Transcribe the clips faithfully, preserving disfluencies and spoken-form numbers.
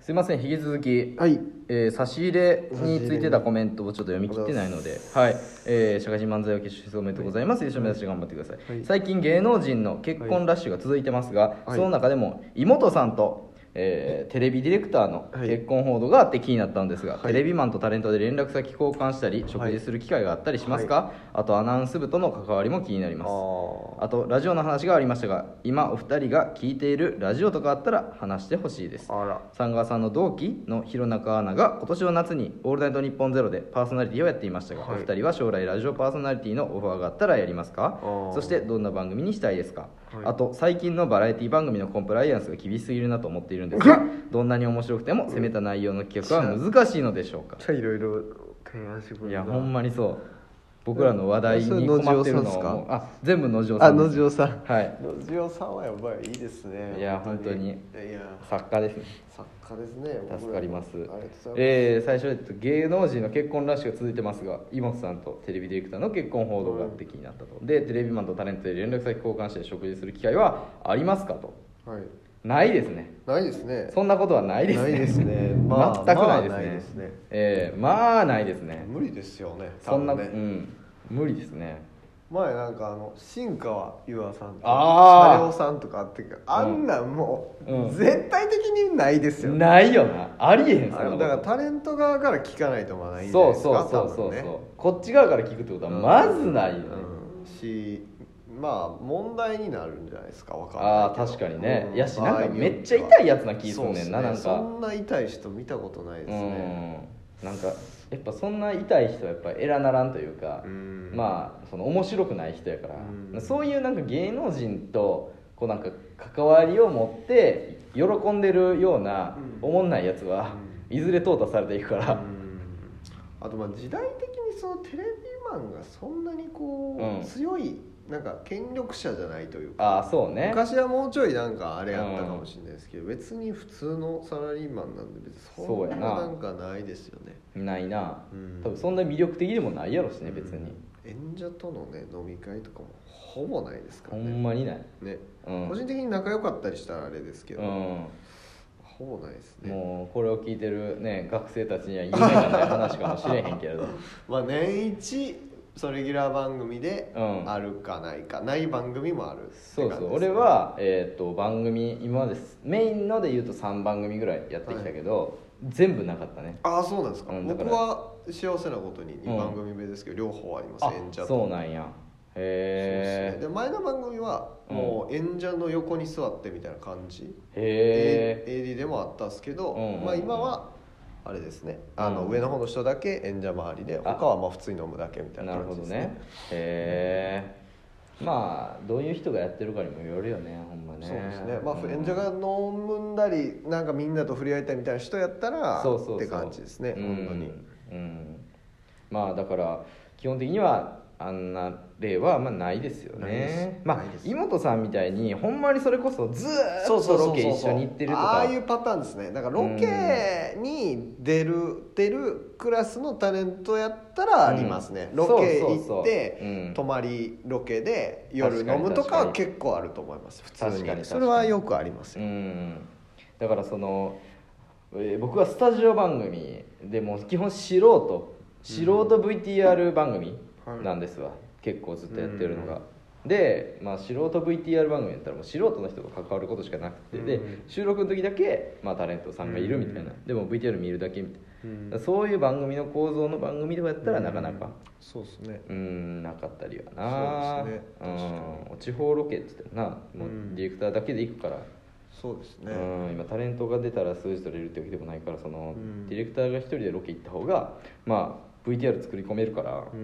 すいません、引き続き、 はい、 えー差し入れについてたコメントをちょっと読み切ってないので、はい、えー、社会人漫才を決勝おめでとうございます。一緒に目指して頑張ってください。 はい、 最近芸能人の結婚ラッシュが続いてますが、 はい、 その中でも妹さんと、えー、テレビディレクターの結婚報道があって気になったんですが、はい、テレビマンとタレントで連絡先交換したり食事する機会があったりしますか？はい、あとアナウンス部との関わりも気になります。あとラジオの話がありましたが、今お二人が聞いているラジオとかあったら話してほしいです。 あら、 さん川さんの同期の弘中アナが今年の夏にオールナイトニッポンゼロでパーソナリティをやっていましたが、はい、お二人は将来ラジオパーソナリティのオファーがあったらやりますか？そしてどんな番組にしたいですか？はい、あと最近のバラエティ番組のコンプライアンスが厳しすぎるなと思っているんですがどんなに面白くても攻めた内容の企画は難しいのでしょうか？ いろいろ提案してくる。 いやほんまにそう僕らの話題に困ってるのはもうあ全部野次さん。 さんです。 あ、野次さん。 はい。 野次さんはやばいいいですね。 いや本当に。いや作家ですね。 作家ですね。 助かります。 ありがとうございます。 えー、最初、えっと、芸能人の結婚ラッシュが続いてますが、妹さんとテレビディレクターの結婚報道があって気になったと。でテレビマンとタレントで連絡先交換して食事する機会はありますかと。 はい。 ないですね。 ないですね。 そんなことはないですね。 ないですね。まあ、 全くないですね。 まあ、ないですね。 えー、まあないですね。 無理ですよね。 そんな、 ね、 うん無理ですね。 前なんかあの新川優愛さんとかシャレオさんとかあってかあんなんもう、うん、絶対的にないですよ、 ね、ないよなありえへん。そんなだからタレント側から聞かないとまあないんじゃないですか。 そうそうそうそう、ね、こっち側から聞くってことはまずないよね、 うんうん、しまあ問題になるんじゃないですか。わかんないああ確かにね、うん、やしなんかめっちゃ痛いやつな気すんねんな。 ね、 なんかそんな痛い人見たことないですね、 うん、なんかやっぱそんな痛い人はやっぱエラならんというか、うん、まあその面白くない人やから、うん、そういうなんか芸能人とこうなんか関わりを持って喜んでるようなおもんないやつは、うん、いずれ淘汰されていくから、うん、 あとまあ時代的にそのテレビマンがそんなにこう、うん、強いなんか権力者じゃないというか。 あそうね、 昔はもうちょいなんかあれやったかもしれないですけど、うん、別に普通のサラリーマンなんで別にそんななんかないですよね。 ないな、うん、多分そんな魅力的でもないやろしね、別に、うん、 演者とのね飲み会とかもほぼないですからね。 ほんまにないね、うん、個人的に仲良かったりしたらあれですけど、うん、ほぼないですね。 もうこれを聞いてるね学生たちには夢がない話かもしれへんけれどまあ年一それレギュラー番組であるかないか、うん、ない番組もあるって感じですね。 そうそう俺は、えー、と番組今までメインので言うとさんばん組ぐらいやってきたけど、はい、全部なかったね。 ああそうなんですか、うん、僕は幸せなことににばん組目ですけど、うん、両方あります。演者と。そうなんや。へえ、ね、で前の番組はもう演者の横に座ってみたいな感じ、うん、へえ エーディー でもあったんですけど、うんうんうん、まあ、今はあれですね、あの上の方の人だけ演者周りで、他はまあ普通に飲むだけみたいな感じですね。 なるほどね。へえ、まあどういう人がやってるかにもよるよね、ほんまね。 そうですね、まあ、うん、演者が飲んだりなんかみんなと触れ合いたいみたいな人やったらそうそうそうって感じですね、本当に、 うん、まあだから基本的にはあんな例はまあないですよね。まあ妹さんみたいにほんまにそれこそずーっとロケ一緒に行ってるとか、 ああいうパターンですね。だからロケに出る出るクラスのタレントやったらありますね、うん、ロケ行って泊まりロケで夜飲むとかは結構あると思います。普通にそれはよくありますよ、うん、 だからその、えー、僕はスタジオ番組でも基本素人素人 ブイティーアール 番組なんですわ、はい、結構ずっとやってるのが、うん、で、まあ、素人 ブイティーアール 番組やったらもう素人の人と関わることしかなくて、うん、で収録の時だけ、まあ、タレントさんがいるみたいな、うん、でも ブイティーアール 見るだけみたいな、うん、そういう番組の構造の番組とかやったらなかなか、うん、 そうですね、 うんなかったりはな。そうですね、うん、地方ロケって言ってなもうディレクターだけで行くから、 そうですね、 うん、今タレントが出たら数字取れるってわけでもないから、その、うん、ディレクターが一人でロケ行った方がまあ ブイティーアール 作り込めるから、うんうん、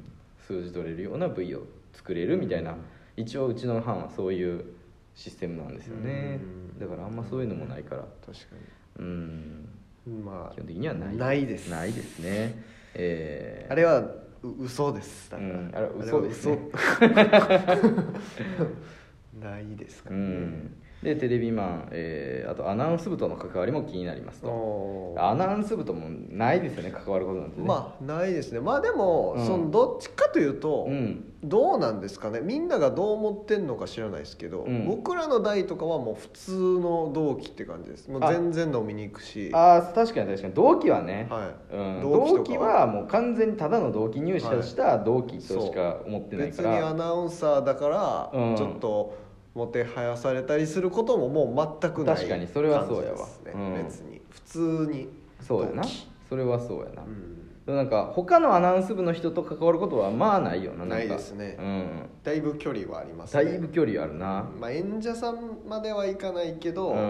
数字取れるような V を作れるみたいな、うん、一応うちの班はそういうシステムなんですよね、うん、だからあんまそういうのもないから、 確かに、 うん、 まあ基本的にはないないですないですね、えー、 あれは嘘ですだから、うん、 あれは嘘ですねないですかね、 ね、 うんでテレビマン、えー、あとアナウンス部との関わりも気になりますと。アナウンス部ともないですよね、関わることなんてね。 まあないですね。まあでも、うん、そのどっちかというと、うん、どうなんですかね、みんながどう思ってんのか知らないですけど、うん、僕らの代とかはもう普通の同期って感じです。もう全然飲みに行くし。 ああ確かに確かに同期はね、はいうん、同期同期はもう完全にただの同期入社した同期としか思ってないから、 はい、別にアナウンサーだから、うん、ちょっともてはやされたりすることももう全くない感じですね。 確かにそれはそうやわ、 うん、別に普通にそうやな、それはそうやな、うん、なんか他のアナウンス部の人と関わることはまあないよな。なんかないですね、うん、だいぶ距離はありますね。だいぶ距離あるな、 うん、まあ演者さんまではいかないけど、うん、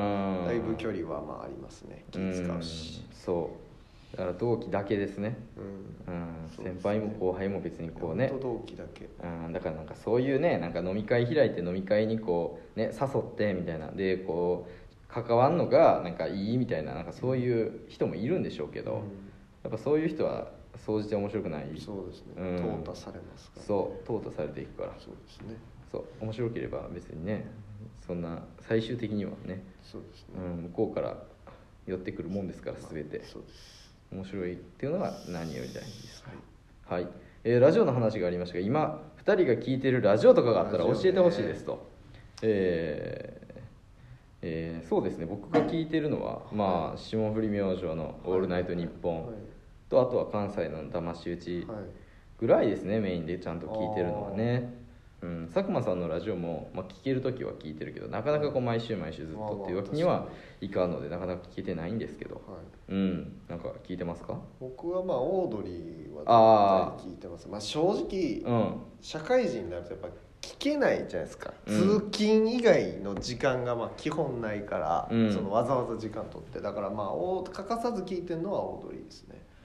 だいぶ距離はまあありますね。気使うし、 うん、そうだから同期だけですね、うんうん、先輩も後輩も別にこうね、 本当同期だけ、 うん、だからなんかそういうね、なんか飲み会開いて飲み会にこうね誘ってみたいなでこう関わんのがなんかいいみたいな、なんかそういう人もいるんでしょうけど、うん、やっぱそういう人は総じて面白くない。 そうですね、うん、淘汰されますから、ね、 そう淘汰されていくから。 そうですね、 そう面白ければ別にね、そんな最終的にはね、 そうですね、 うん、向こうから寄ってくるもんですから、全て、まあ、 そうです。 面白いっていうのが何より大事です。はい、はい、えー、ラジオの話がありましたが、今ふたりが聞いてるラジオとかがあったら教えてほしいですと。えーえー、そうですね、僕が聞いてるのは、まあ、霜降り明星の「オールナイトニッポン」と、あとは関西の騙し討ちぐらいですね、メインでちゃんと聞いてるのはね。うん、佐久間さんのラジオも、まあ、聞けるときは聞いてるけど、なかなかこう毎週毎週ずっとっていうわけにはいかんので、なかなか聞けてないんですけど、はい、うん、なんか聞いてますか？ 僕はまあオードリーは絶対聞いてます。まあ、正直、うん、社会人になるとやっぱ聞けないじゃないですか、うん、通勤以外の時間がまあ基本ないから、うん、そのわざわざ時間取って、だからまあ欠かさず聞いてるのはオードリーですね。うん、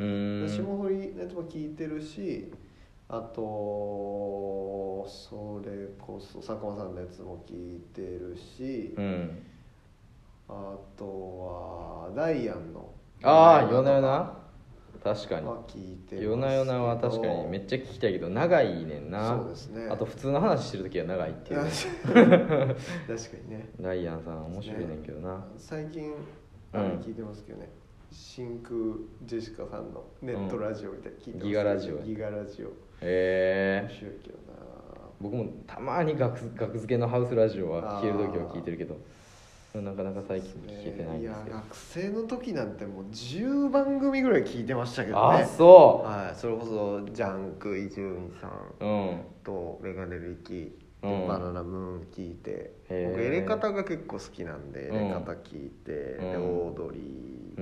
霜降りのやつも聞いてるし、あとそれこそ佐久間さんのやつも聞いてるし、うん、あとはダイアンのああ夜な夜な、確かに聞いて夜な夜なは確かにめっちゃ聞きたいけど長いねんな。 そうですね、 あと普通の話してる時は長いっていう確かにね。 ダイアンさん面白いねんけどな、ね、 最近あれ聞いてますけどね、うん、真空ジェシカさんのネットラジオみたいな聞いてます、 ギガラジオギガラジオへえー、 面白いけどな。 僕もたまに学学付けのハウスラジオは聞ける時は聞いてるけど、なかなか最近聞けてないんですけど、 いや学生の時なんてもうじゅうばん組ぐらい聞いてましたけどね。 あそう、 はい、それこそジャンク伊集院さん、うん、とメガネルイキ、うん、バナナムーン聞いて、僕エレカタが結構好きなんで、エレカタ聞いて、うん、でオードリー、うん、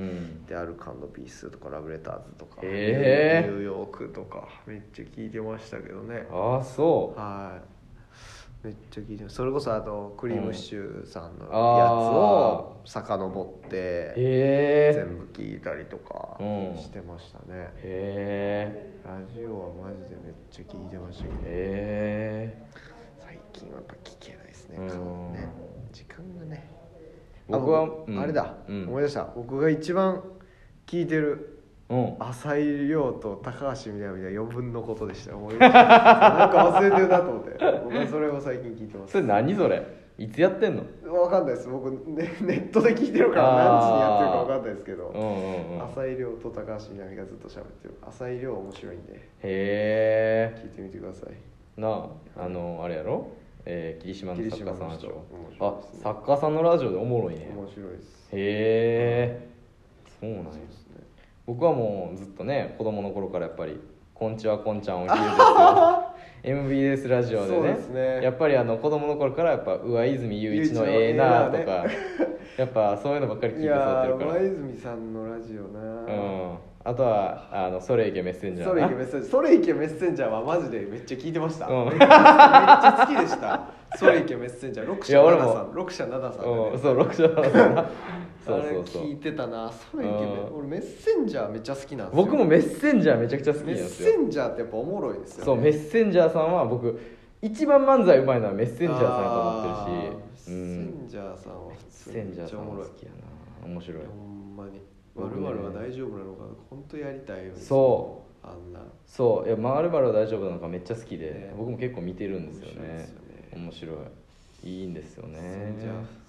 でアルカンドピースとかラブレターズとか、ニューヨークとかめっちゃ聞いてましたけどね。 ああそう、 はい、めっちゃ聞いてます。それこそあとクリームシチューさんのやつを遡って全部聞いたりとかしてましたね。へえ、ラジオはマジでめっちゃ聞いてましたけど、へ最近はやっぱ聞けないですね、ね、時間がね。僕は あ,、うん、あれだ、うん、思い出した。僕が一番聞いてる浅井亮と高橋みなみの余分のことでした。なんか忘れてるなと思って僕はそれを最近聞いてます。 それ何それ、いつやってんの？ 分かんないです、僕、ね、ネットで聞いてるから何時にやってるか分かんないですけど、うんうんうん、浅井亮と高橋みなみがずっと喋ってる。浅井亮面白いんで、へえ、聞いてみてください。 なあ、あのあれやろ、えー、霧島の作家さんでしょ。あ、作家さんのラジオでおもろいね。 面白いです。 へえ、そうなんですね。僕はもうずっとね、子供の頃からやっぱり「こんちはこんちゃんおひるですよ」エムビーエス ラジオで ね, ねやっぱりあの子供の頃からやっぱ上泉雄一のええなとか、ね、やっぱそういうのばっかり聞いて育ってるから。 上泉さんのラジオな、 うん、あとはあのそれいけメッセンジャーそれいけメッセンジャーそれいけメッセンジャーはマジでめっちゃ聞いてました、うん、めっちゃ好きでしたそれいけメッセンジャー六社七さん六社七さん、ね、 うん、そう六社七さんそうそうそう、あれ聞いてたな。それいけメ、俺メッセンジャーめっちゃ好きなんですよ。 僕もメッセンジャーめちゃくちゃ好きなんですよ。 メッセンジャーってやっぱおもろいですよね。 そう、メッセンジャーさんは僕一番漫才うまいのはメッセンジャーさんだと思ってるし、 メッセンジャーさんは普通にめっちゃおもろい。 好きやな、面白い。 ほんまに〇〇は大丈夫なのか本当やりたいよね。 そう、 あんなそう、いや〇〇は大丈夫なのかめっちゃ好きで、ね、僕も結構見てるんですよね。面白い、いいんですよね。 メッセンジャー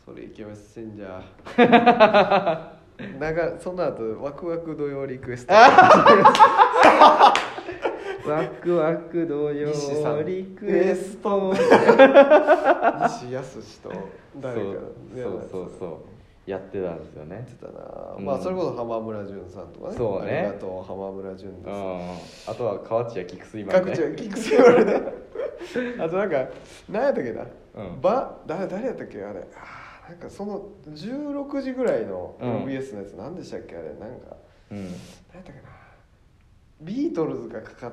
それイケメンセンジャーなんかその後ワクワク土曜リクエストワクワク土曜リクエスト西康と誰かそうそうそうやってたんですよね。 やってたな、うん、まあそれこそ浜村淳さんとかね。 そうね。 ありがとう浜村淳です、 うん、あとは河内谷菊水丸ね。 河内谷菊水丸ねあとなんか何やったっけな、うん、ば誰誰やったっけあれ、あなんかそのじゅうろくじぐらいの エムビーエス のやつ、うん、何でしたっけあれ、なんか、うん、何やったっけな、ビートルズがかかって、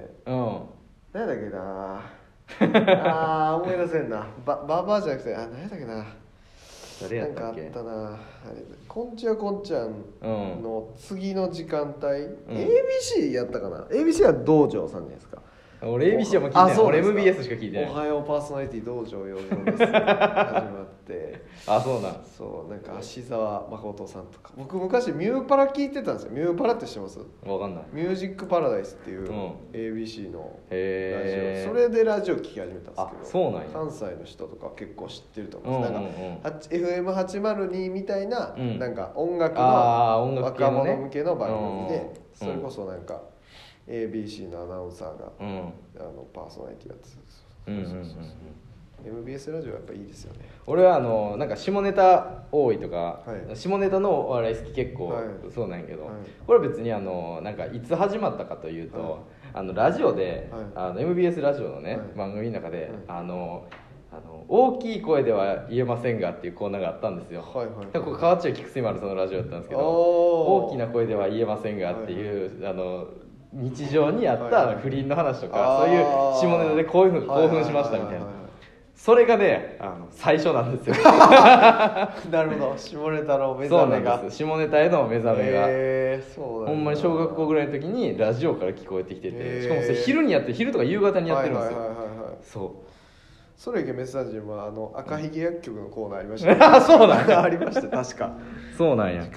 うん、何やったっけなあー思い出せんな、ばババアじゃなくて、あ何やったっけな、 誰やったっけ、 なんかあったなあれ、こんちはこんちゃんの次の時間帯、うん、エービーシー やったかな、 エービーシー は道場さんじゃないですか。 俺 エービーシー はもう聞いてない。俺 エムビーエス しか聞いてない。 おはようパーソナリティ道場ようです始まってあ、そうなん。 そうなんか芦沢誠さんとか、僕昔ミューパラ聞いてたんですよ。ミューパラって知ってます？ わかんない。 ミュージックパラダイスっていう、うん、エービーシー のラジオ、それでラジオ聞き始めたんですけど、 あ、そうなんや。 関西の人とか結構知ってると思うんです、うんうんうん、なんか エフエムはちまるに みたいな、うん、なんか音楽の若者向けの番組で、ね、それこそなんかエービーシー のアナウンサーが、うん、あのパーソナリティやってたんですよ。 エムビーエス ラジオはやっぱいいですよね。 俺はあのなんか下ネタ多いとか、はい、下ネタのお笑い好き結構そうなんやけど、はい、これは別にあのなんかいつ始まったかというと、はい、あのラジオで、はい、あの エムビーエス ラジオのね、はい、番組の中で、はい、あのあの大きい声では言えませんがっていうコーナーがあったんですよ。はいはいはい、ここ河内菊水丸さんのラジオだったんですけど、大きな声では言えませんがっていう、はいはい、あの日常にあった不倫の話とか、はいはい、そういう下ネタでこういうふうに興奮しましたみたいな、はいはいはいはい、それがねあの最初なんですよなるほど、下ネタの目覚めが。 そうなんです、下ネタへの目覚めが、えー、そうなんだ。ほんまに小学校ぐらいの時にラジオから聞こえてきてて、えー、しかもそれ昼にやって昼とか夕方にやってるんですよ、はいはいはいはい、そうそれイケメッサージもあの赤ひげ薬局のコーナーありましたねあ、そうなんやありました確かそうなんや。